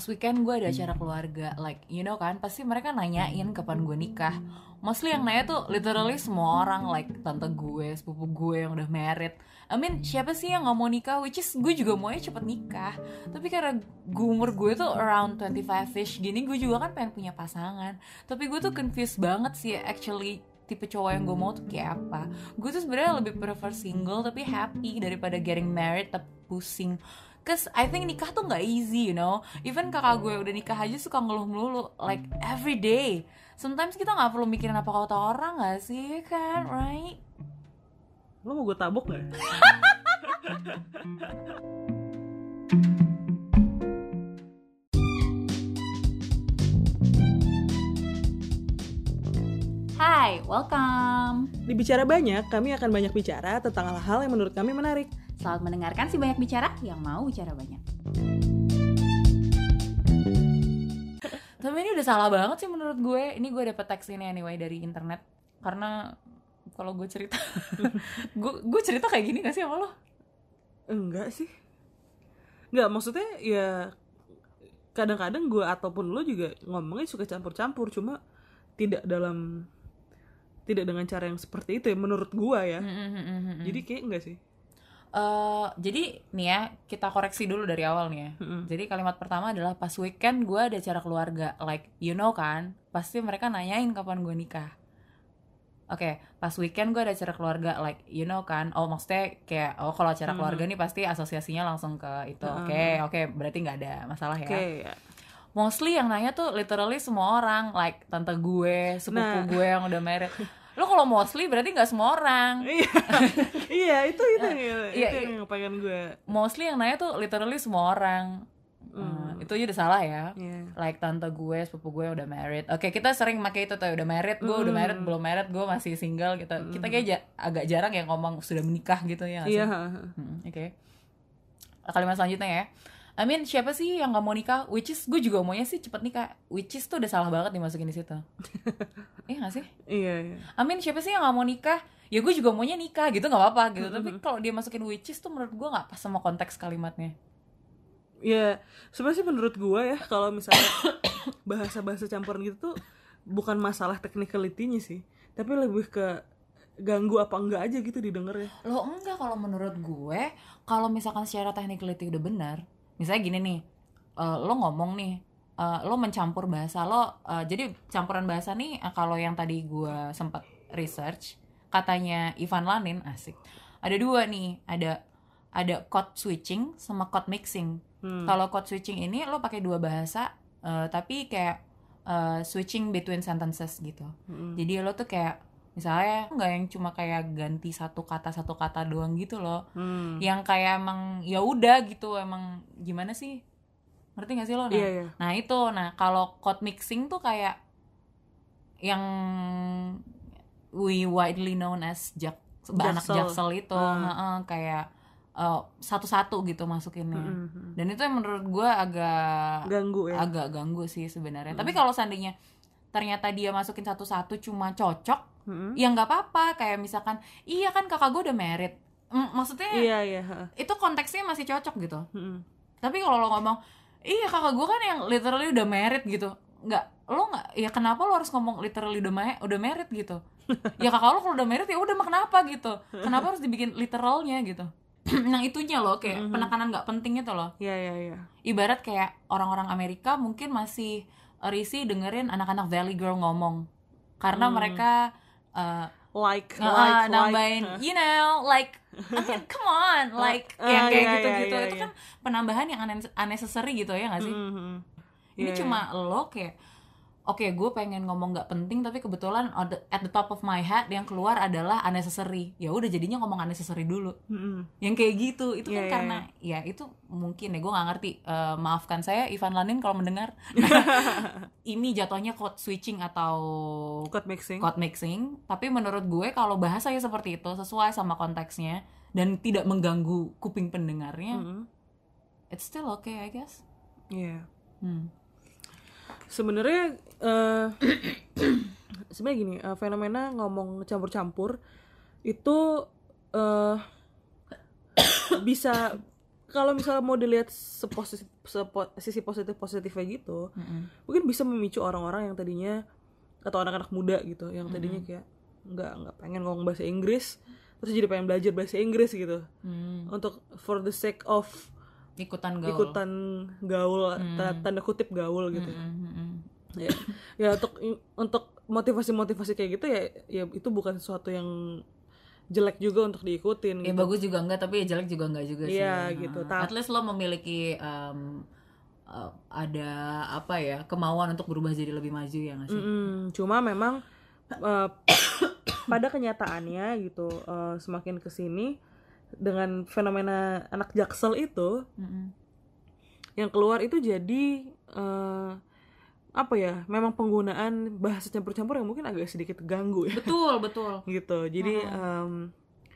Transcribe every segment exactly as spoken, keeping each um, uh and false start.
pas weekend gue ada acara keluarga, like you know kan, pasti mereka nanyain kapan gue nikah. Mostly yang nanya tuh literally semua orang, like tante gue, sepupu gue yang udah married. I mean, siapa sih yang gak mau nikah? Which is gue juga maunya cepet nikah. Tapi karena gue, umur gue tuh around twenty-five-ish gini, gue juga kan pengen punya pasangan. Tapi gue tuh confused banget sih actually tipe cowok yang gue mau tuh kayak apa. Gue tuh sebenarnya lebih prefer single tapi happy daripada getting married tapi pusing. Cause I think nikah tuh gak easy, you know. Even kakak gue udah nikah aja suka ngeluh melulu, like every day. Sometimes kita gak perlu mikirin apa kata orang gak sih, kan, right? Lo mau gue tabok gak? Hai, welcome. Di Bicara Banyak, kami akan banyak bicara tentang hal-hal yang menurut kami menarik. Selamat mendengarkan si banyak bicara yang mau bicara banyak. Tapi ini udah salah banget sih menurut gue. Ini gue dapet teks ini anyway dari internet. Karena kalau gue cerita gue, gue cerita kayak gini gak sih sama lo? Enggak sih. Enggak, maksudnya ya kadang-kadang gue ataupun lo juga ngomongnya suka campur-campur. Cuma tidak dalam Tidak dengan cara yang seperti itu ya menurut gue ya. Mm-hmm. Jadi kayak enggak sih. Uh, jadi nih ya, kita koreksi dulu dari awal nih ya. Mm-hmm. Jadi kalimat pertama adalah pas weekend gue ada acara keluarga, like you know kan, pasti mereka nanyain kapan gue nikah. Oke, okay, pas weekend gue ada acara keluarga, like you know kan, oh maksudnya kayak oh kalau acara mm-hmm. keluarga nih pasti asosiasinya langsung ke itu. Oke, mm-hmm. oke, okay, berarti nggak ada masalah ya. Okay, yeah. Mostly yang nanya tuh literally semua orang, like tante gue, sepupu nah. gue yang udah married. Lo kalau mostly berarti nggak semua orang. Iya, iya itu itu yang iya, itu yang pengen gue. Mostly yang nanya tuh literally semua orang. Mm. Uh, itu aja udah salah ya. Yeah. Like tante gue, sepupu gue udah married. Oke, okay, kita sering pakai itu tuh udah married, gue mm. udah married, belum married, gue masih single gitu. Mm. Kita kayak ja- agak jarang ya ngomong sudah menikah gitu ya. Iya. Yeah. Hmm, Oke. Okay. Kalimat selanjutnya ya. I mean, siapa sih yang gak mau nikah? Which is, gue juga maunya sih cepet nikah. Which is tuh udah salah banget dimasukin di situ. Iya gak sih? Iya, iya. I mean, siapa sih yang gak mau nikah? Ya gue juga maunya nikah gitu, gak apa-apa gitu. Mm-hmm. Tapi kalau dia masukin which is tuh menurut gue gak pas sama konteks kalimatnya. Ya, sebenarnya sih menurut gue ya, kalau misalnya bahasa-bahasa campuran gitu tuh bukan masalah technicality-nya sih. Tapi lebih ke ganggu apa enggak aja gitu didengarnya. Loh enggak, kalau menurut gue, kalau misalkan secara technicality udah benar, misalnya gini nih, uh, lo ngomong nih, uh, lo mencampur bahasa lo, uh, jadi campuran bahasa nih, uh, kalau yang tadi gue sempat research, katanya Ivan Lanin, asik, ada dua nih, ada ada code switching sama code mixing. Hmm. Kalau code switching ini lo pakai dua bahasa, uh, tapi kayak uh, switching between sentences gitu. Hmm. Jadi lo tuh kayak misalnya nggak yang cuma kayak ganti satu kata satu kata doang gitu loh, hmm. yang kayak emang ya udah gitu, emang gimana sih, ngerti nggak sih lo? Nah, yeah, yeah. nah itu, nah kalau code mixing tuh kayak yang we widely known as jak, anak jaksel itu, hmm. uh, kayak uh, satu-satu gitu masukinnya, hmm. dan itu yang menurut gue agak ganggu ya, agak ganggu sih sebenarnya. Hmm. Tapi kalau seandainya ternyata dia masukin satu-satu cuma cocok, mm-hmm. ya nggak apa-apa. Kayak misalkan, iya kan kakak gue udah married, M- maksudnya iya, iya. itu konteksnya masih cocok gitu. Mm-hmm. Tapi kalau lo ngomong, iya kakak gue kan yang literally udah married gitu, nggak, lo nggak, ya kenapa lo harus ngomong literally udah ma- udah married gitu? Ya kakak lo kalau udah married ya udah, mah kenapa gitu? Kenapa harus dibikin literalnya gitu? Nah itunya loh, kayak mm-hmm. penekanan nggak penting itu loh. Iya, iya, iya. Ibarat kayak orang-orang Amerika mungkin masih risih dengerin anak-anak Valley Girl ngomong karena hmm. mereka uh, like, uh, like, nambahin, like. You know, like, I mean, come on, like, uh, yang kayak iya, gitu-gitu, iya, iya, itu iya. kan penambahan yang unnecessary gitu ya nggak sih? Mm-hmm. Ini yeah, cuma yeah. lo kayak, oke okay, gue pengen ngomong nggak penting tapi kebetulan at the top of my head yang keluar adalah unnecessary. Ya udah jadinya ngomong unnecessary dulu. Mm-hmm. Yang kayak gitu itu yeah, kan yeah, karena yeah. ya itu mungkin ya gue nggak ngerti. Uh, maafkan saya Ivan Lanin kalau mendengar. Ini jatuhnya code switching atau code mixing. Code mixing. Tapi menurut gue kalau bahasanya seperti itu sesuai sama konteksnya dan tidak mengganggu kuping pendengarnya, mm-hmm. it's still okay I guess. Iya. Yeah. Hmm. Sebenarnya uh, sebenarnya gini, uh, fenomena ngomong campur-campur itu uh, bisa kalau misalnya mau dilihat sepositif, sepo, sisi positif positifnya gitu, Mm-mm. mungkin bisa memicu orang-orang yang tadinya atau anak-anak muda gitu yang tadinya kayak nggak nggak pengen ngomong bahasa Inggris terus jadi pengen belajar bahasa Inggris gitu Mm. untuk for the sake of Ikutan gaul. ikutan gaul ta- tanda kutip gaul gitu. Mm-mm. ya ya untuk untuk motivasi-motivasi kayak gitu ya ya itu bukan sesuatu yang jelek juga untuk diikutin Ya gitu. bagus juga enggak, tapi ya jelek juga enggak juga sih. Iya, ya. gitu. At least lo memiliki um, uh, ada apa ya kemauan untuk berubah jadi lebih maju ya nggak sih? Mm-mm. Cuma memang uh, pada kenyataannya gitu uh, semakin kesini dengan fenomena anak jaksel itu Mm-mm. yang keluar itu jadi uh, apa ya memang penggunaan bahasa campur-campur yang mungkin agak sedikit ganggu ya Betul betul. gitu. Jadi um,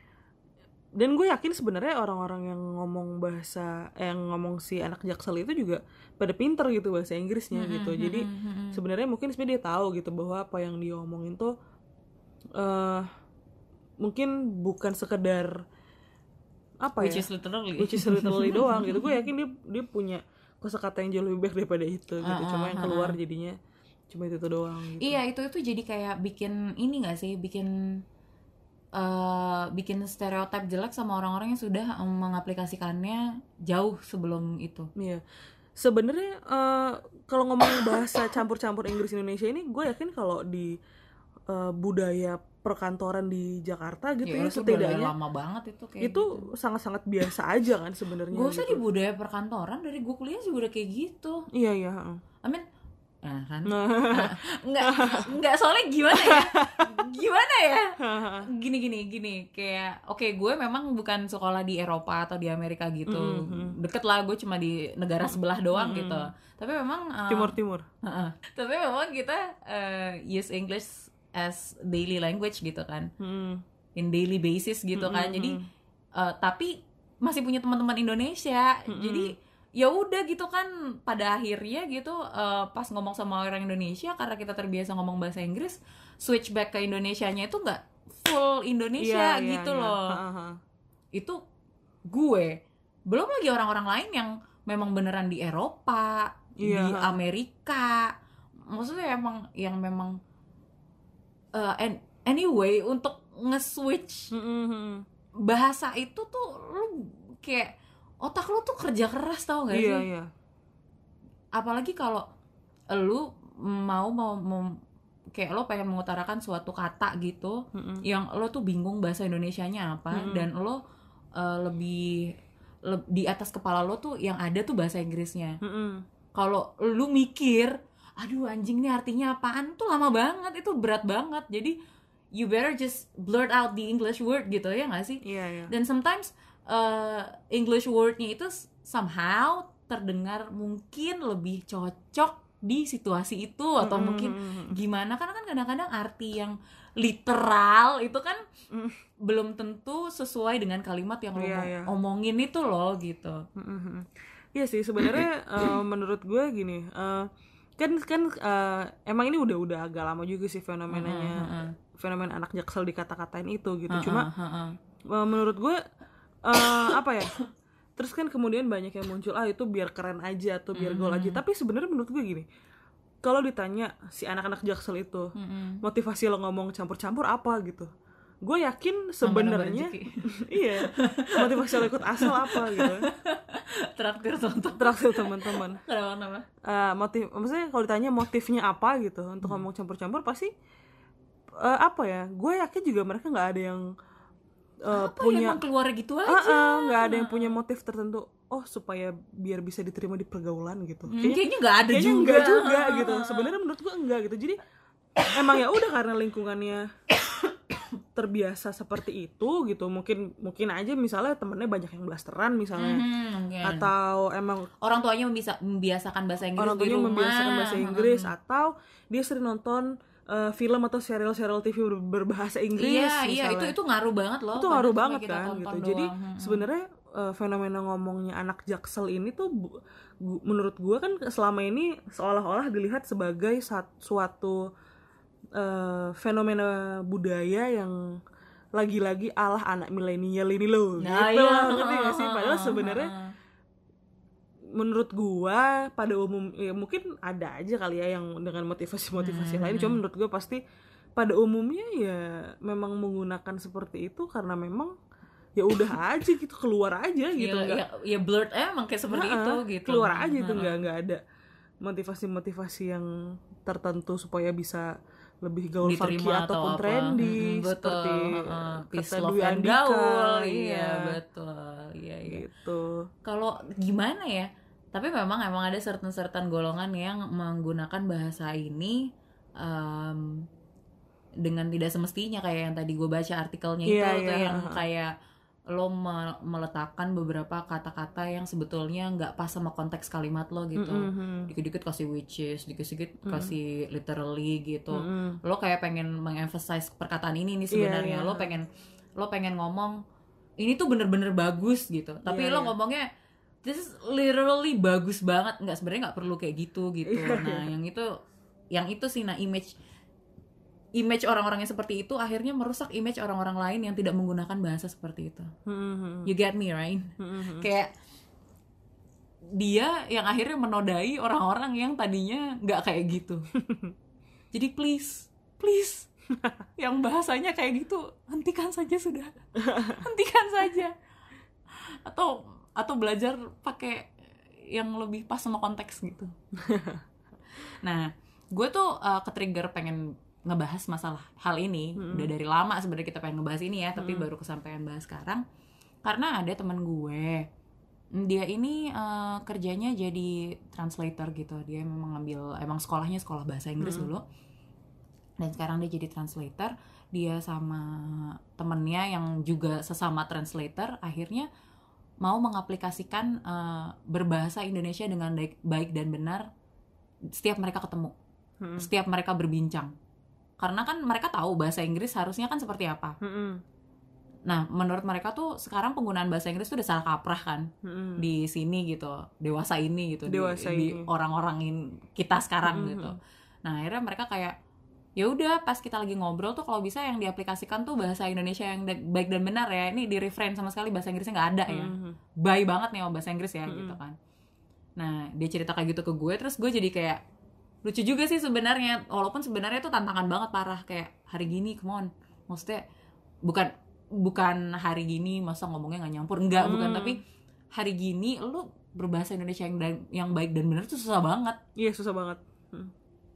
dan gue yakin sebenarnya orang-orang yang ngomong bahasa yang ngomong si anak jaksel itu juga pada pinter gitu bahasa Inggrisnya gitu. Jadi sebenarnya mungkin sebenarnya dia tahu gitu bahwa apa yang dia omongin tuh uh, mungkin bukan sekedar apa Which ya is literally. which is literally doang gitu. Gue yakin dia dia punya kosakata yang jauh lebih baik daripada itu gitu. Uh, uh, Cuma yang uh, keluar uh. jadinya cuma itu tuh doang gitu. Iya itu itu jadi kayak bikin ini nggak sih bikin uh, bikin stereotip jelek sama orang-orang yang sudah um, mengaplikasikannya jauh sebelum itu. Iya. Sebenarnya uh, kalau ngomong bahasa campur-campur Inggris Indonesia ini gue yakin kalau di uh, budaya perkantoran di Jakarta gitu Ya, ya, itu setidaknya udah lama banget itu kayak itu gitu. sangat-sangat biasa aja kan sebenarnya. Gak usah gitu. di budaya perkantoran, dari gue kuliah juga udah kayak gitu. Iya iya. heeh. I mean, nah kan, nah, nggak nggak soalnya gimana ya, gimana ya, gini gini gini, kayak oke okay, gue memang bukan sekolah di Eropa atau di Amerika gitu, Mm-hmm. deket lah gue cuma di negara sebelah doang Mm-hmm. gitu, tapi memang uh, Timur Timur. uh-uh. tapi memang kita uh, use English as daily language gitu kan, Mm-hmm. in daily basis gitu kan, Mm-hmm. jadi uh, tapi masih punya teman-teman Indonesia, Mm-hmm. jadi ya udah gitu kan pada akhirnya gitu uh, pas ngomong sama orang Indonesia karena kita terbiasa ngomong bahasa Inggris, switch back ke Indonesianya itu nggak full Indonesia Iya, iya, gitu iya. loh. Ha-ha. Itu gue belum lagi orang-orang lain yang memang beneran di Eropa, Iya. di Amerika, maksudnya emang yang memang uh, and anyway untuk nge-switch Mm-hmm. bahasa itu tuh lu kayak otak lu tuh kerja keras tau gak sih? Iya iya. Apalagi kalau lu mau mau, mau kayak lo pengen mengutarakan suatu kata gitu, Mm-mm. yang lo tuh bingung bahasa Indonesianya apa, Mm-mm. dan lo uh, lebih le- di atas kepala lo tuh yang ada tuh bahasa Inggrisnya. Mm-mm. Kalau lu mikir, aduh anjing nih artinya apaan, tuh lama banget, itu berat banget. Jadi you better just blurt out the English word gitu ya nggak sih? Iya iya. Dan sometimes uh, English word-nya itu somehow terdengar mungkin lebih cocok di situasi itu, atau Mm-mm. mungkin gimana, karena kan kadang-kadang arti yang literal itu kan Mm. belum tentu sesuai dengan kalimat yang lo Iya, mau iya. omongin itu loh gitu. Mm-mm. Iya sih sebenarnya uh, menurut gue gini, uh, kan kan uh, emang ini udah udah agak lama juga sih fenomenanya, Uh-uh, uh-uh. fenomena anak jaksel dikata-katain itu gitu. Uh-uh, Cuma uh-uh. uh, menurut gue uh, apa ya? Terus kan kemudian banyak yang muncul, ah itu biar keren aja atau biar gaul aja. Tapi sebenarnya menurut gue gini, kalau ditanya si anak-anak jaksel itu Mm-mm. motivasi lo ngomong campur-campur apa gitu, gue yakin sebenarnya Nambah-nambah iya motivasi lo ikut asal apa gitu, Traktir tonton. terakhir teman-teman. Kenapa-kenapa? Uh, motif, maksudnya kalau ditanya motifnya apa gitu untuk ngomong campur-campur pasti uh, apa ya? Gue yakin juga mereka nggak ada yang uh, Apa punya emang keluar gitu aja? uh, uh, nggak ada yang punya motif tertentu. Oh supaya biar bisa diterima di pergaulan gitu. Hmm, kayaknya nggak ada kayaknya juga. enggak juga gitu. Sebenarnya menurut gue enggak gitu. Jadi emang ya udah karena lingkungannya terbiasa seperti itu gitu. Mungkin mungkin aja misalnya temennya banyak yang blasteran misalnya. Hmm, mungkin. Atau emang orang tuanya membisa- membiasakan bahasa Inggris orang di tuanya rumah. membiasakan bahasa Inggris, atau dia sering nonton uh, film atau serial-serial T V ber- berbahasa Inggris. Iya, iya, itu misalnya. itu ngaruh banget loh. Itu ngaruh Padahal banget cuma kita kan tonton gitu. doang. Jadi Hmm. sebenarnya uh, fenomena ngomongnya anak jaksel ini tuh bu- gu- menurut gue kan selama ini seolah-olah dilihat sebagai sat- suatu uh, fenomena budaya yang lagi-lagi alah anak milenial ini loh. Nah, gitu iya. loh, ngerti gak sih? Padahal sebenarnya menurut gua pada umum ya mungkin ada aja kali ya yang dengan motivasi-motivasi Hmm. lain, cuma menurut gua pasti pada umumnya ya memang menggunakan seperti itu karena memang ya udah aja gitu, keluar aja gitu, ya, nggak ya, ya blurt eh, emang kayak seperti Nah, itu gitu. keluar aja itu, Heeh. nggak nggak ada motivasi-motivasi yang tertentu supaya bisa lebih gaul funky Diterima atau ataupun apa. trendy Mm-mm, betul. seperti Heeh. Peace, kata love, Dwi and Andika, gaul. Iya, iya betul. Iya, iya. gitu. Kalau gimana ya? Tapi memang emang ada certain-certain golongan yang menggunakan bahasa ini em, dengan tidak semestinya, kayak yang tadi gue baca artikelnya itu Iya, tuh, iya, yang heeh. kayak lo me- meletakkan beberapa kata-kata yang sebetulnya nggak pas sama konteks kalimat lo gitu. Mm-mm. Dikit-dikit kasih which is, dikit-dikit kasih literally gitu. Mm-mm. Lo kayak pengen mengemphasize perkataan ini nih Iya, sebenarnya. iya. Lo pengen lo pengen ngomong ini tuh bener-bener bagus gitu. Tapi Iya, lo iya. ngomongnya this is literally bagus banget. Nggak, sebenarnya nggak perlu kayak gitu gitu. Iya, Nah, yang itu yang itu sih, nah image image orang-orang yang seperti itu akhirnya merusak image orang-orang lain yang tidak menggunakan bahasa seperti itu. Mm-mm. You get me right? Mm-mm. Kayak dia yang akhirnya menodai orang-orang yang tadinya nggak kayak gitu. Jadi please, please, yang bahasanya kayak gitu hentikan saja sudah, hentikan saja. Atau atau belajar pakai yang lebih pas sama konteks gitu. Nah, gue tuh uh, ke-trigger pengen ngebahas masalah hal ini. Mm-hmm. Udah dari lama sebenarnya kita pengen ngebahas ini ya, tapi mm-hmm. baru kesampaian bahas sekarang karena ada teman gue, dia ini uh, kerjanya jadi translator gitu. Dia memang ngambil, emang sekolahnya sekolah bahasa Inggris mm-hmm. dulu, dan sekarang dia jadi translator. Dia sama temennya yang juga sesama translator akhirnya mau mengaplikasikan uh, berbahasa Indonesia dengan baik dan benar setiap mereka ketemu, mm-hmm. setiap mereka berbincang. Karena kan mereka tahu bahasa Inggris harusnya kan seperti apa. Mm-hmm. Nah, menurut mereka tuh sekarang penggunaan bahasa Inggris tuh udah salah kaprah kan, mm-hmm. di sini gitu, dewasa ini gitu, dewasa di, ini. di orang-orangin kita sekarang mm-hmm. gitu. Nah, akhirnya mereka kayak ya udah, pas kita lagi ngobrol tuh kalau bisa yang diaplikasikan tuh bahasa Indonesia yang baik dan benar ya. Ini di refrain sama sekali bahasa Inggrisnya nggak ada ya. Mm-hmm. Bye banget nih sama bahasa Inggris ya mm-hmm. gitu kan. Nah, dia cerita kayak gitu ke gue, terus gue jadi kayak lucu juga sih sebenarnya, walaupun sebenarnya itu tantangan banget parah. Kayak hari gini, come on, maksudnya bukan bukan hari gini masa ngomongnya nggak nyampur, enggak, hmm. bukan, tapi hari gini lu berbahasa Indonesia yang yang baik dan benar itu susah banget. Iya, susah banget. Hmm.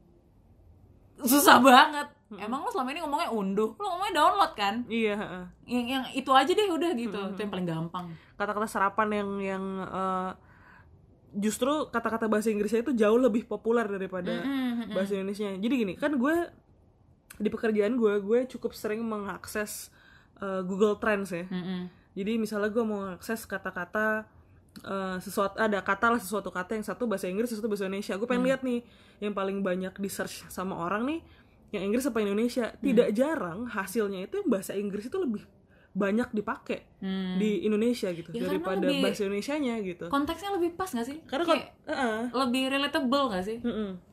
Susah banget. Hmm. Emang lu selama ini ngomongnya unduh, lu ngomongnya download kan? Iya. Uh. Yang yang itu aja deh udah gitu, hmm. itu yang paling gampang. Kata-kata serapan yang yang uh, justru kata-kata bahasa Inggrisnya itu jauh lebih populer daripada mm-hmm. bahasa Indonesianya. Jadi gini, kan gue di pekerjaan gue, gue cukup sering mengakses uh, Google Trends ya. Mm-hmm. Jadi misalnya gue mau mengakses kata-kata uh, sesuatu, ada kata lah sesuatu kata yang satu bahasa Inggris, satu bahasa Indonesia. Gue pengen mm. lihat nih yang paling banyak di search sama orang nih, yang Inggris apa Indonesia. Tidak mm. jarang hasilnya itu yang bahasa Inggris itu lebih banyak dipakai hmm. di Indonesia gitu ya, daripada bahasa Indonesianya gitu. Konteksnya lebih pas nggak sih? Karena kayak kon- uh-uh. lebih relatable nggak sih?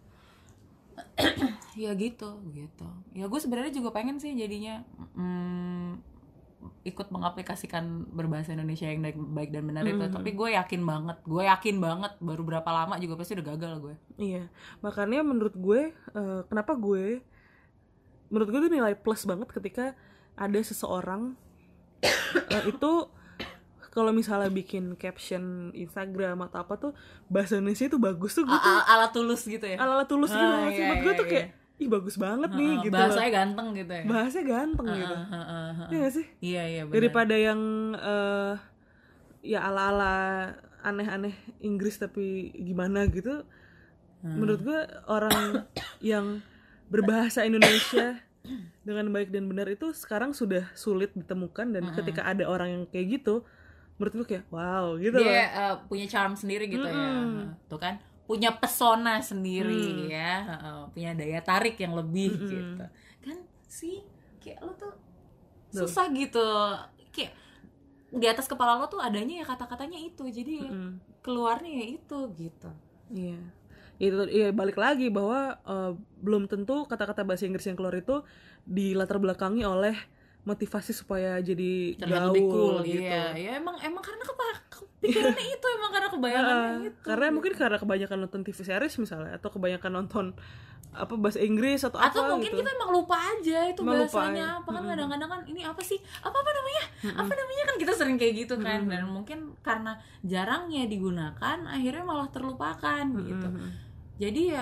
Ya gitu, gitu. Ya gue sebenarnya juga pengen sih jadinya mm, ikut mengaplikasikan berbahasa Indonesia yang baik dan benar mm-hmm. itu. Tapi gue yakin banget, gue yakin banget baru berapa lama juga pasti udah gagal gue. Iya, makanya menurut gue, uh, kenapa gue, menurut gue itu nilai plus banget ketika ada seseorang uh, itu kalau misalnya bikin caption Instagram atau apa tuh bahasa Indonesia itu bagus tuh, gue tuh ala tulus gitu ya, ala tulus gitu ah, sih, iya, buat gue iya, tuh kayak iya. ih bagus banget nih uh, gitu, bahasanya ganteng gitu ya, bahasanya ganteng uh, gitu, uh, uh, uh, uh. ya gak sih, iya iya benar. Daripada yang uh, ya ala ala aneh-aneh Inggris tapi gimana gitu, hmm. menurut gue orang yang berbahasa Indonesia dengan baik dan benar itu sekarang sudah sulit ditemukan, dan mm-hmm. ketika ada orang yang kayak gitu, menurut gue kayak wow gitu. Dia uh, punya charm sendiri gitu mm-hmm. ya, tuh kan, punya pesona sendiri mm. ya, uh, punya daya tarik yang lebih mm-hmm. gitu kan sih, kayak lo tuh susah gitu, kayak di atas kepala lo tuh adanya ya kata-katanya itu, jadi mm-hmm. keluarnya ya itu gitu. Iya. Yeah. Itu ya balik lagi bahwa uh, belum tentu kata-kata bahasa Inggris yang keluar itu dilatar belakangi oleh motivasi supaya jadi terlihat gaul lebih cool gitu. iya ya emang emang karena kepa- kepikirannya itu emang karena kebayangannya Nah, itu karena mungkin karena kebanyakan nonton T V series misalnya atau kebanyakan nonton apa bahasa Inggris atau, atau apa mungkin gitu. kita emang lupa aja itu Emang lupa bahasanya aja. apa kan Mm-mm. kadang-kadang kan ini apa sih apa apa namanya apa namanya kan kita sering kayak gitu kan dan mungkin karena jarangnya digunakan akhirnya malah terlupakan gitu Mm-mm. jadi ya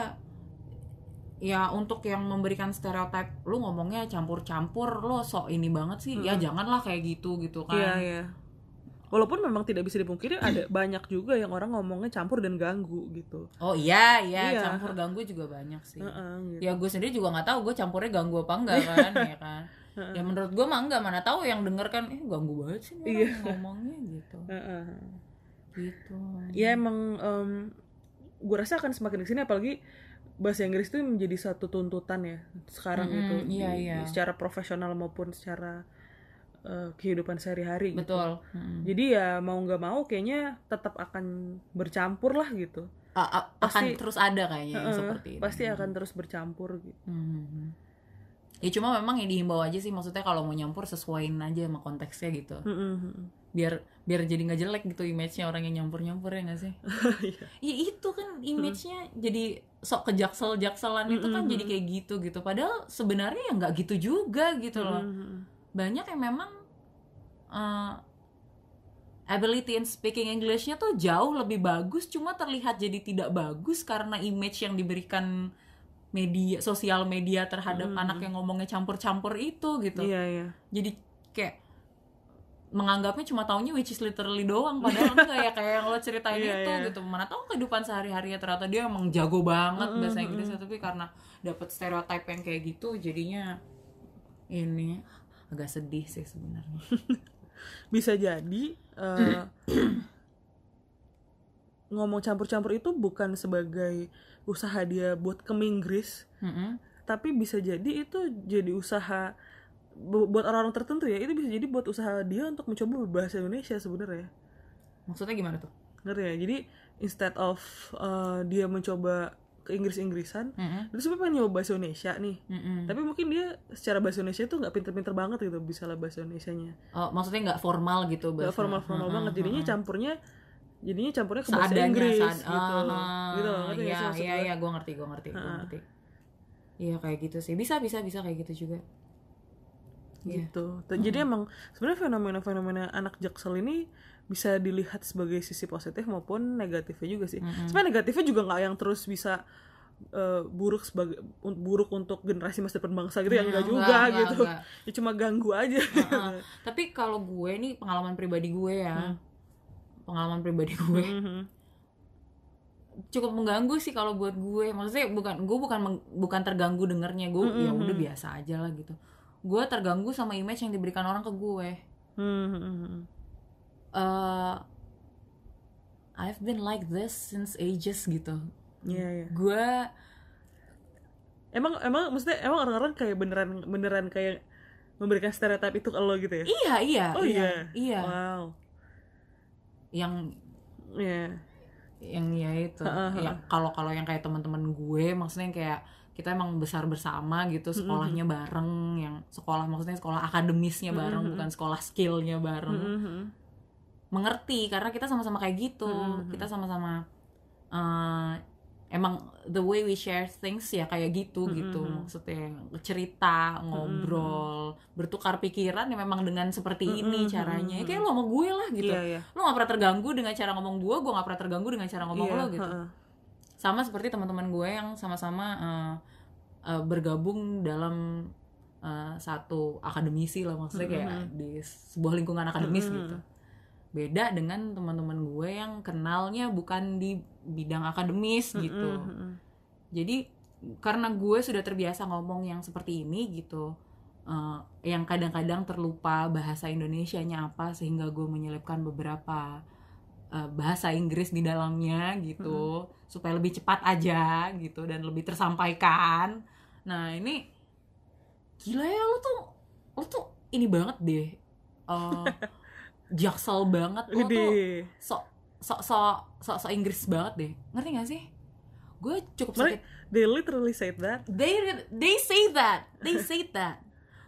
ya untuk yang memberikan stereotip lu ngomongnya campur-campur lo sok ini banget sih ya janganlah kayak gitu gitu kan Iya, iya. Walaupun memang tidak bisa dipungkiri ada banyak juga yang orang ngomongnya campur dan ganggu gitu. oh iya iya Iya. campur ganggu juga banyak sih Heeh, gitu. ya gue sendiri juga nggak tahu gue campurnya ganggu apa enggak kan ya kan ya menurut gue mah enggak mana tahu yang denger kan eh ganggu banget sih nih orang ngomongnya gitu Heeh. gitu Ya emang em, gue rasa akan semakin kesini apalagi bahasa Inggris itu menjadi satu tuntutan ya sekarang Mm-mm, gitu iya, di- iya. secara profesional maupun secara eh, kehidupan sehari-hari gitu. betul Mm-mm. Jadi ya mau nggak mau kayaknya tetap akan bercampur lah gitu. A- a- akan Pasti- terus ada kayaknya yang Heeh, seperti ini pasti akan terus bercampur gitu. Hmm. Ya cuma memang yang dihimbau aja sih maksudnya kalau mau nyampur sesuaiin aja sama konteksnya gitu Mm-mm. biar biar jadi nggak jelek gitu image-nya orang yang nyampur nyampur ya nggak sih Iya. ya itu kan image-nya jadi sok kejaksel jakselan itu kan jadi kayak gitu gitu padahal sebenarnya ya nggak gitu juga gitu loh Mm-mm. banyak yang memang uh, ability in speaking English-nya tuh jauh lebih bagus cuma terlihat jadi tidak bagus karena image yang diberikan media sosial media terhadap anak yang ngomongnya campur-campur itu gitu Iya, iya. jadi kayak menganggapnya cuma taunya which is literally doang padahal enggak ya kayak yang lo ceritain Iya, itu iya. gitu mana tahu kehidupan sehari-harinya ternyata dia emang jago banget bahasa Inggrisnya tapi karena dapat stereotip yang kayak gitu jadinya ini agak sedih sih sebenarnya Bisa jadi eh, ngomong campur-campur itu bukan sebagai usaha dia buat ke Inggris, Mm-mm. tapi bisa jadi itu jadi usaha bu- buat orang-orang tertentu ya, itu bisa jadi buat usaha dia untuk mencoba berbahasa Indonesia sebenarnya. maksudnya gimana tuh Ngerti ya? Jadi instead of eh, dia mencoba ke Inggris-Inggrisan, Mm-mm. dia sebenarnya pengen nyoba bahasa Indonesia nih. Mm-mm. Tapi mungkin dia secara bahasa Indonesia tuh nggak pinter-pinter banget gitu, bisa lah bahasa Indonesianya. Oh, maksudnya nggak formal gitu Nggak bahasa formal-formal banget, jadinya campurnya jadinya campurnya ke bahasa seadanya Inggris saad- gitu. Ah, Gitu loh, ngerti nggak iya sih maksud iya gue? iya gue ngerti gue ngerti gue ngerti iya kayak gitu sih bisa bisa bisa kayak gitu juga Iya. Gitu. T- Jadi emang sebenarnya fenomena-fenomena anak Jaksel ini bisa dilihat sebagai sisi positif maupun negatifnya juga sih. Sebenarnya negatifnya juga nggak yang terus bisa eh, buruk sebagai un- buruk untuk generasi masa depan bangsa gitu, yang Hmm, enggak juga enggak, enggak, gitu. enggak. Ya cuma ganggu aja. Heeh. Tapi kalau gue nih pengalaman pribadi gue ya, pengalaman pribadi gue Mhm. cukup mengganggu sih kalau buat gue. Maksudnya bukan gue bukan meng- bukan terganggu dengernya gue, ya udah biasa aja lah gitu. Gue terganggu sama image yang diberikan orang ke gue. Mhm. Eh, I've been like this since ages gitu. Iya, iya. Gue Emang emang maksudnya emang orang-orang kayak beneran beneran kayak memberikan stereotip itu ke lo gitu ya? iya iya Oh iya iya. iya Wow. yang Iya. yang ya itu ya kalau kalau yang kayak teman-teman gue maksudnya yang kayak kita emang besar bersama gitu sekolahnya bareng yang sekolah maksudnya sekolah akademisnya bareng bukan sekolah skillnya bareng Mhm. mengerti karena kita sama-sama kayak gitu kita sama-sama eh, emang the way we share things ya kayak gitu gitu maksudnya cerita ngobrol bertukar pikiran ya memang dengan seperti ini caranya kayak lo sama gue lah gitu Iya, iya. lo gak pernah terganggu dengan cara ngomong gue gue gak pernah terganggu dengan cara ngomong Iya, lo gitu heeh. sama seperti teman-teman gue yang sama-sama uh, uh, bergabung dalam uh, satu akademisi lah maksudnya kayak di sebuah lingkungan akademis gitu beda dengan teman-teman gue yang kenalnya bukan di bidang akademis gitu jadi karena gue sudah terbiasa ngomong yang seperti ini gitu uh, yang kadang-kadang terlupa bahasa Indonesianya apa sehingga gue menyelipkan beberapa uh, bahasa Inggris di dalamnya gitu hmm. supaya lebih cepat aja gitu dan lebih tersampaikan. Nah ini gila ya lo tuh lo tuh ini banget deh uh, jaksel banget lo tuh sok sok sok sok sok Inggris banget deh ngerti gak sih? Gue cukup sakit. They literally said that. They they say that they say that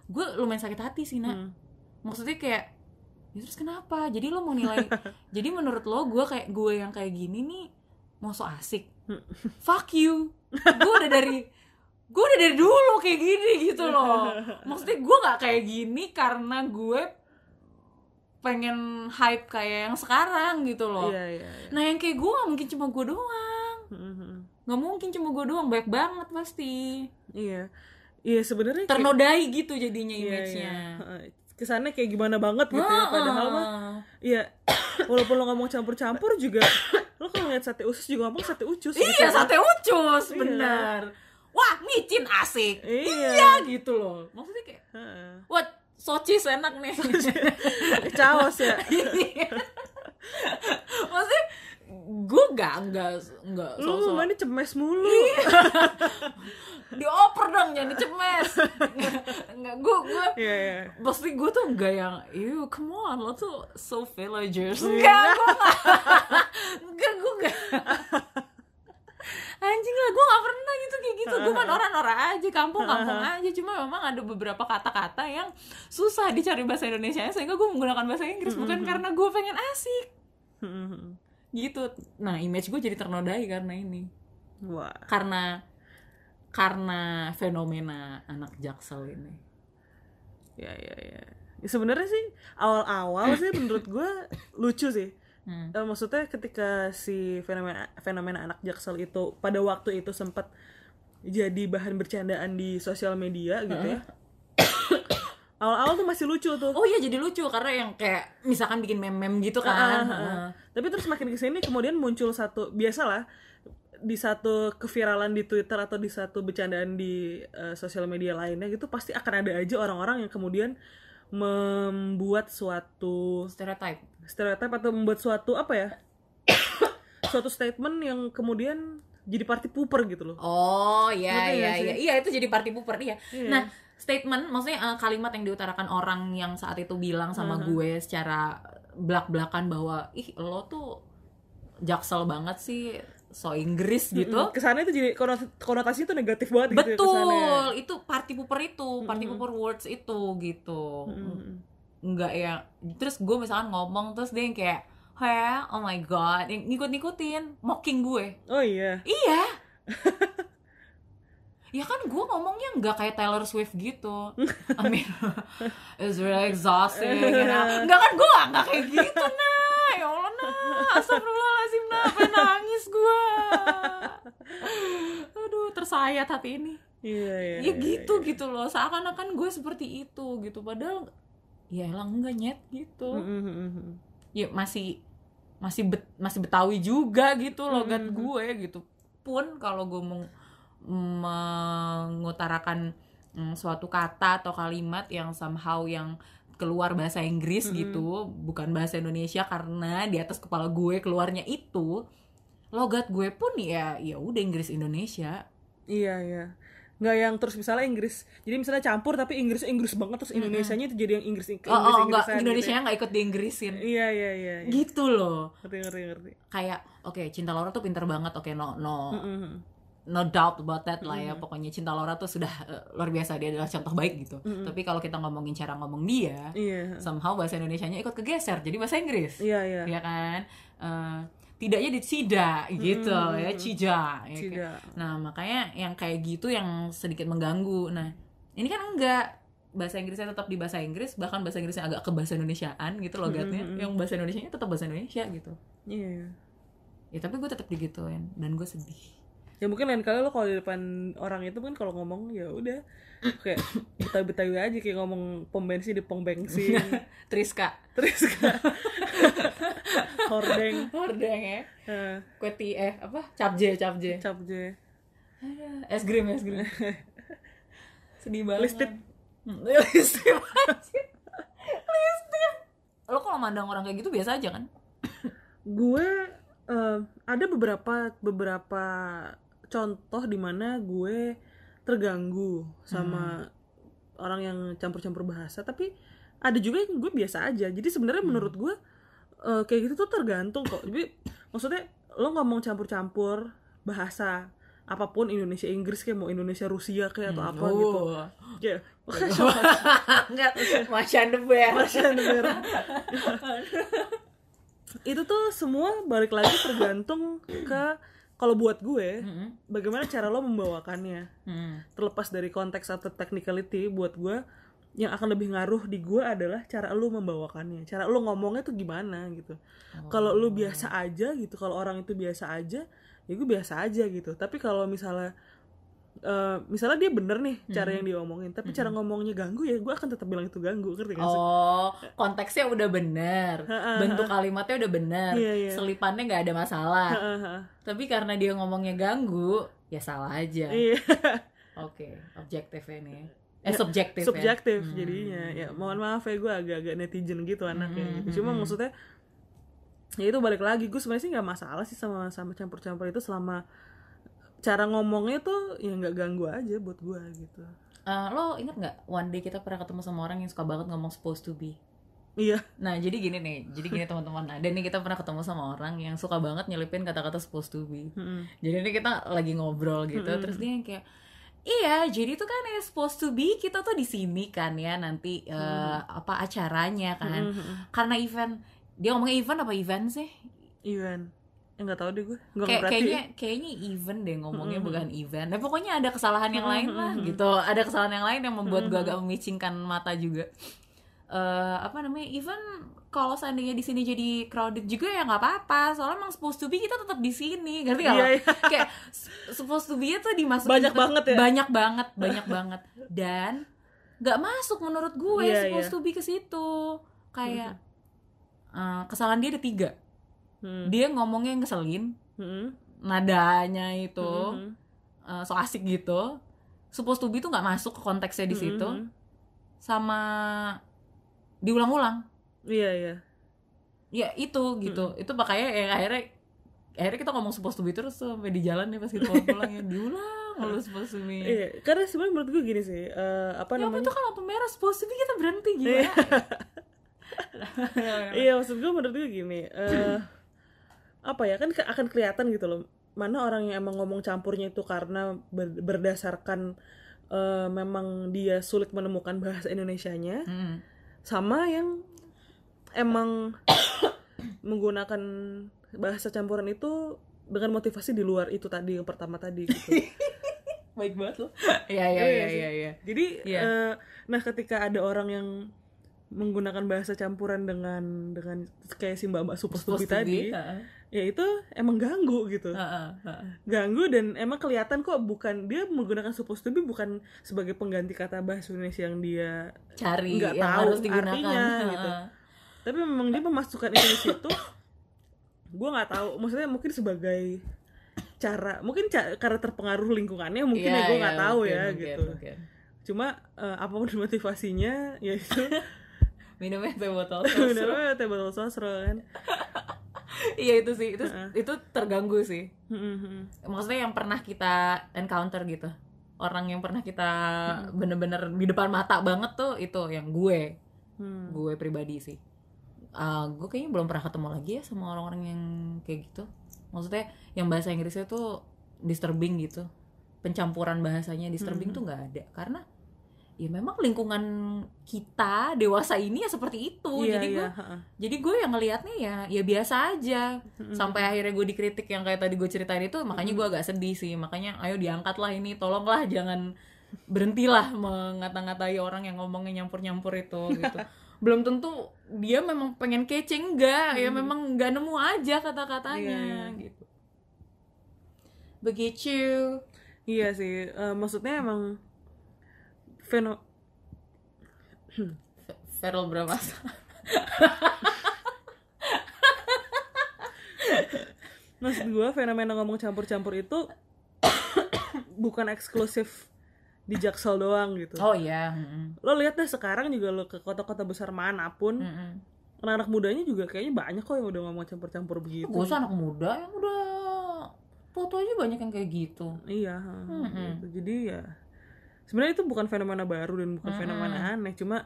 gue lumayan sakit hati sih nak. Hmm. Maksudnya kayak ya terus kenapa? Jadi lo mau nilai jadi menurut lo gue kayak gue yang kayak gini nih mau so asik? Fuck you. Gue udah dari gue udah dari dulu kayak gini gitu loh. Maksudnya gue nggak kayak gini karena gue pengen hype kayak yang sekarang gitu loh. Iya, iya, iya. Nah yang kayak gue nggak mungkin cuma gue doang. Nggak mungkin cuma gue doang, banyak banget pasti. Iya, iya sebenarnya ternodai kayak, gitu jadinya image-nya. Iya, iya. Kesannya kayak gimana banget gitu ya, padahal mah iya walaupun lo ngomong campur-campur juga lo kalau ngeliat sate usus juga ngomong sate ucus iya gitu. Sate ucus iya. Bener, wah micin asik, iya, iya gitu loh. Maksudnya kayak uh. wah socis enak nih, caos ya. Maksudnya gue gak nggak nggak lu mana cemes mulu. Dioper dong jangan dicemes. Nggak, gue gue yeah, yeah. pasti gue tuh nggak yang ew come on lo tuh so villagers. Nggak, gue nggak nggak gue nggak anjing lah, gue nggak pernah gitu kayak gitu. Gue kan orang-orang aja, kampung-kampung aja. Cuma memang ada beberapa kata-kata yang susah dicari bahasa Indonesianya, sehingga gue menggunakan bahasa Inggris. Bukan karena gue pengen asik gitu. Nah image gue jadi ternodai karena ini. Wah. Karena karena fenomena anak Jaksel ini. Ya ya ya. Ya sebenarnya sih awal-awal sih menurut gue lucu sih. Hmm. Uh, maksudnya ketika si fenomena fenomena anak Jaksel itu pada waktu itu sempat jadi bahan bercandaan di sosial media gitu ya. Awal-awal tuh masih lucu tuh. Oh iya jadi lucu karena yang kayak misalkan bikin meme-meme gitu kan. Uh, uh, uh. Uh. Tapi terus makin kesini kemudian muncul satu, biasalah di satu keviralan di Twitter atau di satu bercandaan di uh, sosial media lainnya gitu pasti akan ada aja orang-orang yang kemudian membuat suatu stereotype stereotype atau membuat suatu apa ya suatu statement yang kemudian jadi party pooper gitu loh. Oh iya iya iya iya itu jadi party pooper iya. Iya. Nah statement maksudnya uh, kalimat yang diutarakan orang yang saat itu bilang sama uh-huh. gue secara belak-belakan bahwa ih lo tuh Jaksel banget sih, so Inggris gitu. Mm-hmm. Kesannya itu jadi konotasinya itu negatif banget. Betul, gitu ya kesannya. Itu party pooper itu, party mm-hmm. pooper words itu gitu. Mm-hmm. Enggak ya. Terus gue misalkan ngomong terus dia yang kayak, "Heh, oh my god," yang ngikut-ngikutin, mocking gue. Oh iya. Iya. Ya kan gue ngomongnya nggak kayak Taylor Swift gitu. I mean, it's really exhausting. You know? Nggak kan gue nggak kayak gitu nah. Ya Allah nah, astagfirullahaladzim nah, pengen nangis gue. Aduh, tersayat hati ini. Iya iya. Ya gitu iya, iya. gitu loh. Seakan-akan gue seperti itu gitu. Padahal ya elang enggak nyet gitu. Mm-hmm. Ya masih masih bet, masih Betawi juga gitu logat mm-hmm. gue gitu. Pun kalau gue mau mengutarakan mm, suatu kata atau kalimat yang somehow yang keluar bahasa Inggris mm-hmm. gitu, bukan bahasa Indonesia karena di atas kepala gue keluarnya itu, logat gue pun ya ya udah Inggris Indonesia. Iya iya. Nggak yang terus misalnya Inggris, jadi misalnya campur tapi Inggris Inggris banget terus Indonesianya mm-hmm. itu jadi yang Inggris Inggris oh, oh, Inggris Indonesianya nggak gitu ya. ikut diinggrisin. Iya iya iya. iya. Gitu loh. Ngerti ngerti ngerti. Kayak oke okay, Cinta Laura tuh pinter banget, oke okay, no no. Mm-hmm. No doubt about that lah ya. Mm-hmm. Pokoknya Cinta Laura tuh sudah uh, luar biasa, dia adalah contoh baik gitu. Mm-hmm. Tapi kalau kita ngomongin cara ngomong dia, yeah. somehow bahasa Indonesianya ikut kegeser jadi bahasa Inggris. Iya iya. Ya kan? Uh, tidaknya di Cida gitu mm-hmm. ya, Cija. Ya, Cida. Nah, makanya yang kayak gitu yang sedikit mengganggu. Nah, ini kan enggak, bahasa Inggrisnya tetap di bahasa Inggris, bahkan bahasa Inggrisnya agak ke bahasa Indonesiaan gitu logatnya. Mm-hmm. Yang bahasa Indonesianya tetap bahasa Indonesia gitu. Iya. Yeah. Ya tapi gue tetap digituin dan gue sedih. Ya mungkin lain kali lo kalau di depan orang itu kan kalau ngomong ya udah kayak betawi-betawi aja, kayak ngomong pom bensin di pom bensin. Triska Triska Hordeng Hordeng ya. Uh. Kueti eh apa? Capje Capje Capje es krim es krim. Sedih banget. Listed. Listed. Listed. Lo kalau mandang orang kayak gitu biasa aja kan? Gue uh, ada beberapa beberapa contoh di mana gue terganggu sama hmm. orang yang campur-campur bahasa, tapi ada juga yang gue biasa aja. Jadi sebenarnya hmm. menurut gue uh, kayak gitu tuh tergantung kok. Jadi maksudnya lo ngomong campur-campur bahasa apapun, Indonesia Inggris kayak mau Indonesia Rusia kayak atau Hmm. apa Oh. gitu. Ya, Enggak, Macan the Bear. Macan the Bear. Itu tuh semua balik lagi tergantung ke, kalau buat gue, Mm-mm. bagaimana cara lo membawakannya. Hmm. Terlepas dari konteks atau technicality, buat gue yang akan lebih ngaruh di gue adalah cara lo membawakannya, cara lo ngomongnya tuh gimana gitu. Oh. Kalau lo biasa aja gitu, kalau orang itu biasa aja, ya gue biasa aja gitu. Tapi kalau misalnya Uh, misalnya dia bener nih cara yang dia omongin, tapi cara ngomongnya ganggu, ya gue akan tetap bilang itu ganggu, ngerti gak sih? Oh, konteksnya udah bener, bentuk kalimatnya udah bener, Iya, iya. selipannya nggak ada masalah. Ha-ha. Tapi karena dia ngomongnya ganggu, ya salah aja. Iya, Oke, objektif ini. Eh subjektif. subjektif ya? jadinya. Ya mohon maaf ya, gue agak-agak netizen gitu anaknya Hmm, gitu. Cuma hmm, maksudnya ya itu balik lagi, gue sebenarnya sih nggak masalah sih sama sama campur-campur itu, selama cara ngomongnya tuh ya nggak ganggu aja buat gue gitu. Eh, lo ingat nggak one day kita pernah ketemu sama orang yang suka banget ngomong supposed to be? Iya. Nah jadi gini nih, jadi gini teman-teman. Ada nih kita pernah ketemu sama orang yang suka banget nyelipin kata-kata supposed to be. Mm-mm. Jadi ini kita lagi ngobrol gitu, Mm-mm. terus dia yang kayak, iya, jadi itu kan ya supposed to be kita tuh di sini kan ya nanti eh, apa acaranya kan? Mm-mm. Karena event, dia ngomongnya event apa event sih? Event. Eh, nggak tahu deh gue. Nggak Kayak ngerti. kayaknya kayaknya event deh ngomongnya, Mm-mm. bukan event. Nah pokoknya ada kesalahan yang lain lah gitu. Ada kesalahan yang lain yang membuat gue agak memicingkan mata juga. Eh apa namanya, event kalau seandainya di sini jadi crowded juga ya nggak apa-apa. Soalnya emang supposed to be kita tetap di sini, ngerti nggak? Iya, lo? iya. Kayak supposed to be itu dimasukin Banyak ke- banget ya? banyak banget, banyak banget. Dan nggak masuk menurut gue Iya, supposed iya. to be ke situ. Kayak eh, kesalahan dia ada tiga. Hmm. Dia ngomongnya ngeselin, Mm-mm. nadanya itu Mm-mm. uh, so asik gitu, supposed to be tuh nggak masuk ke konteksnya di situ, Mm-mm. sama diulang-ulang, Iya, iya. ya itu gitu, itu makanya ya akhirnya akhirnya kita ngomong supposed to be terus tuh sampai di jalan ya pas kita pulang ya diulang lu supposed to be. Iya, karena sebenarnya menurut gue gini sih, eh, apa Ya apa namanya? tuh kan lampu merah supposed to be kita berhenti gimana? Iya, maksud gue menurut gue gini, eh, apa ya, kan ke- akan kelihatan gitu loh, mana orang yang emang ngomong campurnya itu karena ber- berdasarkan eh, memang dia sulit menemukan bahasa Indonesianya, Hmm. sama yang emang menggunakan bahasa campuran itu dengan motivasi di luar itu tadi, yang pertama tadi gitu. Baik banget lo. Iya iya Iya iya sih. iya iya. Jadi, Iya. eh, nah ketika ada orang yang menggunakan bahasa campuran dengan dengan kayak si mbak-mbak supposed to be Supposed to tadi, be, heeh. ya itu emang ganggu gitu, Heeh, heeh. ganggu, dan emang kelihatan kok bukan dia menggunakan supposed to be bukan sebagai pengganti kata bahasa Indonesia yang dia Cari nggak yang tahu harus digunakan. artinya Heeh. gitu. Tapi memang dia memasukkan itu di situ. Gue nggak tahu, maksudnya mungkin sebagai cara, mungkin ca- karena terpengaruh lingkungannya mungkin, Iya, ya gue iya, nggak tahu mungkin, ya mungkin, gitu. mungkin. Cuma eh, apapun motivasinya, yaitu Minumnya teh botol sosro. bener teh botol sosro kan. Iya itu sih, itu itu terganggu sih. Hmm, Maksudnya yang pernah kita encounter gitu, orang yang pernah kita bener-bener di depan mata banget tuh itu yang gue, Hmm. gue pribadi sih. Ah, gue kayaknya belum pernah ketemu lagi ya sama orang-orang yang kayak gitu. Maksudnya yang bahasa Inggrisnya tuh disturbing gitu, pencampuran bahasanya disturbing tuh nggak ada, karena ya memang lingkungan kita dewasa ini ya seperti itu. Iya, Jadi gue iya, ha-ha. jadi gue yang ngelihatnya ya ya biasa aja, sampai akhirnya gue dikritik yang kayak tadi gue ceritain itu, makanya gue agak sedih sih. Makanya ayo diangkatlah ini, tolonglah jangan berhentilah mengata-ngatai orang yang ngomongnya nyampur-nyampur itu gitu. Belum tentu dia memang pengen kece, enggak, ya memang nggak nemu aja kata-katanya Iya, iya. gitu. Begitu. Iya sih, eh, maksudnya emang feno Feral berapa? maksud gue fenomena ngomong campur-campur itu bukan eksklusif di Jaksel doang gitu. Oh iya. Mm-mm. Lo lihat deh sekarang juga, lo ke kota-kota besar manapun, Mm-mm. anak-anak mudanya juga kayaknya banyak kok yang udah ngomong campur-campur begitu. Gue anak muda yang udah foto aja banyak yang kayak gitu. Iya, ha, Mm-mm. gitu. Jadi ya sebenarnya itu bukan fenomena baru dan bukan Mm-mm. fenomena aneh, cuma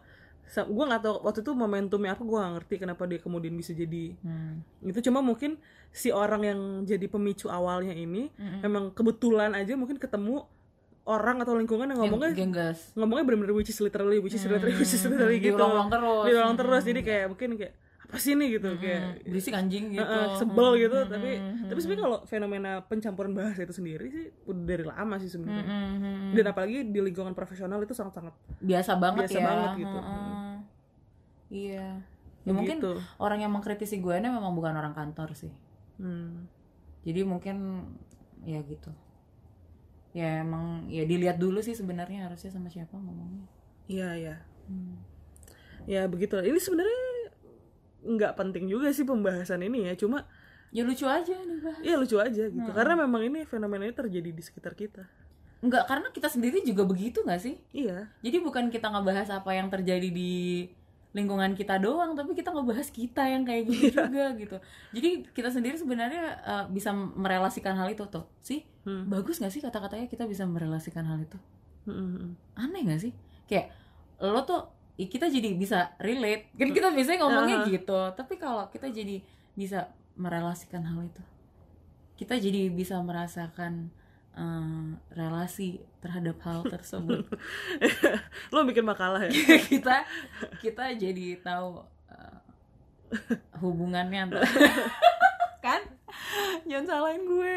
gue nggak tahu waktu itu momentumnya apa, gue nggak ngerti kenapa dia kemudian bisa jadi hmm. itu. Cuma mungkin si orang yang jadi pemicu awalnya ini mm-hmm. memang kebetulan aja mungkin ketemu orang atau lingkungan yang ngomongnya Genggas. ngomongnya bener-bener which is literally which is literally which is literally gitu, diulang-ulang terus diulang terus jadi kayak mungkin kayak apa sih ini gitu, mm-hmm. kayak berisik anjing gitu, uh, sebel gitu. mm-hmm. tapi mm-hmm. tapi sebenarnya kalau fenomena pencampuran bahasa itu sendiri sih udah dari lama sih sebenarnya, mm-hmm. dan apalagi di lingkungan profesional itu sangat-sangat biasa banget biasa ya banget gitu. uh-uh. hmm. Iya ya gitu. Mungkin orang yang mengkritisi gue ini memang bukan orang kantor sih, hmm. jadi mungkin ya gitu ya, emang ya dilihat dulu sih sebenarnya harusnya sama siapa ngomongnya. Iya ya hmm. ya begitu. Ini sebenarnya nggak penting juga sih pembahasan ini ya, cuma ya lucu aja nih bahas. Iya lucu aja gitu, hmm. karena memang ini fenomena ini terjadi di sekitar kita. Enggak, karena kita sendiri juga begitu nggak sih? Iya. Jadi bukan kita ngebahas apa yang terjadi di lingkungan kita doang, tapi kita ngebahas kita yang kayak gitu juga gitu. Jadi kita sendiri sebenarnya uh, bisa merelasikan hal itu tuh, sih hmm. bagus nggak sih kata-katanya kita bisa merelasikan hal itu? Hmm. Aneh nggak sih? Kayak lo tuh kita jadi bisa relate, kan kita biasanya ngomongnya uh-huh. gitu. Tapi kalau kita jadi bisa merelasikan hal itu, kita jadi bisa merasakan uh, relasi terhadap hal tersebut. Lo bikin makalah ya? kita kita jadi tahu uh, hubungannya antara kan? Jangan salahin gue.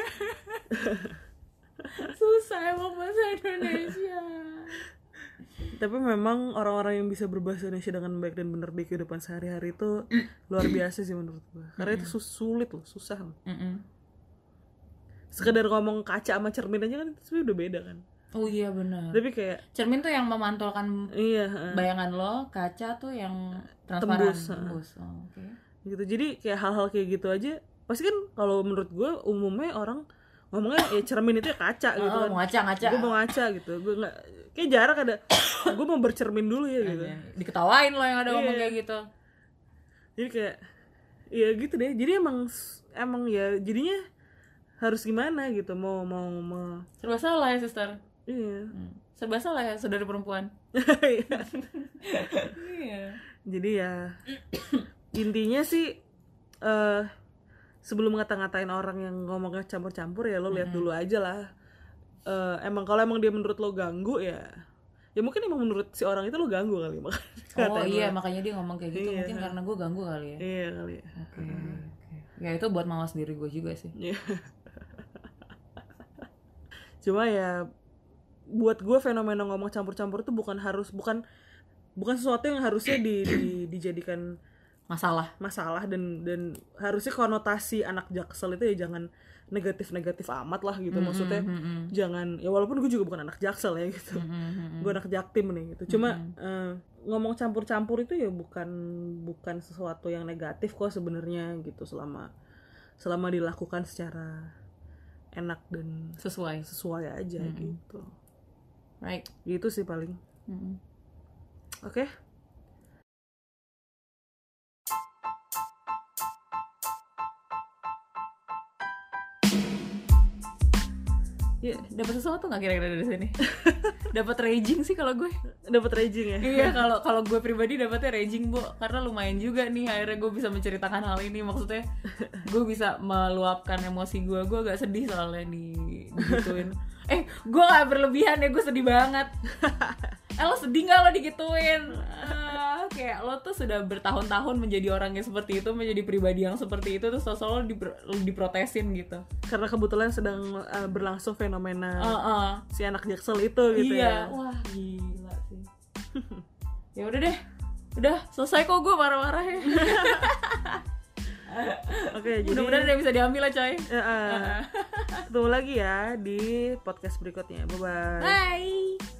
Susah emang bahasa Indonesia. Tapi memang orang-orang yang bisa berbahasa Indonesia dengan baik dan benar di kehidupan sehari-hari itu luar biasa sih menurut gue. Karena mm-hmm. itu sulit loh, susah loh. Mm-hmm. Sekedar ngomong kaca sama cermin aja kan sebenarnya udah beda kan. Oh iya benar. Tapi kayak cermin tuh yang memantulkan iya, bayangan lo, kaca tuh yang transparan. Tembus. Tembus. Oh, oke. Okay. Gitu. Jadi kayak hal-hal kayak gitu aja pasti kan kalau menurut gue umumnya orang ngomongnya ya cermin itu ya kaca gitu oh, kan. Mau ngaca ngaca. Gue mau ngaca gitu. Gue nggak kayak jarak ada. Gue mau bercermin dulu ya gitu. Diketawain lo yang ada ngomong kayak gitu. Jadi kayak ya gitu deh. Jadi emang emang ya jadinya harus gimana gitu, mau mau mau serba salah ya sister. Iya. Hmm. Serba salah ya saudara perempuan. Iya. Jadi ya intinya sih uh, sebelum ngata-ngatain orang yang ngomongnya campur-campur ya lo lihat mm-hmm. dulu aja lah. Uh, emang kalau emang dia menurut lo ganggu ya ya mungkin emang menurut si orang itu lo ganggu kali makanya. Oh iya lo. Makanya dia ngomong kayak gitu iya. Mungkin karena gue ganggu kali ya. Iya kali ya. Oke. Okay. Hmm. Okay. Ya itu buat mawas diri gue juga sih. Cuma ya buat gue fenomena ngomong campur-campur itu bukan harus bukan bukan sesuatu yang harusnya di, di, dijadikan masalah masalah dan dan harusnya konotasi anak Jaksel itu ya jangan negatif-negatif amat lah gitu. Mm-hmm, maksudnya mm-hmm. jangan ya walaupun gue juga bukan anak Jaksel ya gitu. Mm-hmm. Gue anak Jaktim nih gitu. Cuma mm-hmm. uh, ngomong campur-campur itu ya bukan bukan sesuatu yang negatif kok sebenarnya gitu selama selama dilakukan secara enak dan sesuai sesuai aja mm-hmm. gitu. Right. Gitu sih paling. Mm-hmm. Oke. Okay. Ya, dapat sesuatu nggak kira-kira dari sini? Dapat raging sih kalau gue. Dapat raging ya? Iya, kalau kalau gue pribadi dapatnya raging, Bu. Karena lumayan juga nih akhirnya gue bisa menceritakan hal ini. Maksudnya gue bisa meluapkan emosi gue. Gue agak sedih soalnya di digituin. eh, gue gak berlebihan ya, gue sedih banget. Eh, lo sedih gak lo digituin? Uh, kayak lo tuh sudah bertahun-tahun menjadi orang yang seperti itu, menjadi pribadi yang seperti itu, terus selalu dipro- diprotesin gitu. Karena kebetulan sedang uh, berlangsung fenomena uh-uh. si anak Jaksel itu gitu iya. ya. Wah gila sih. Ya udah deh, udah selesai kok gue marah-marahnya. Oke, jadi mudah-mudahan ada yang bisa diambil lah coy. Uh, uh. Ketemu lagi ya di podcast berikutnya. Bye-bye. Bye.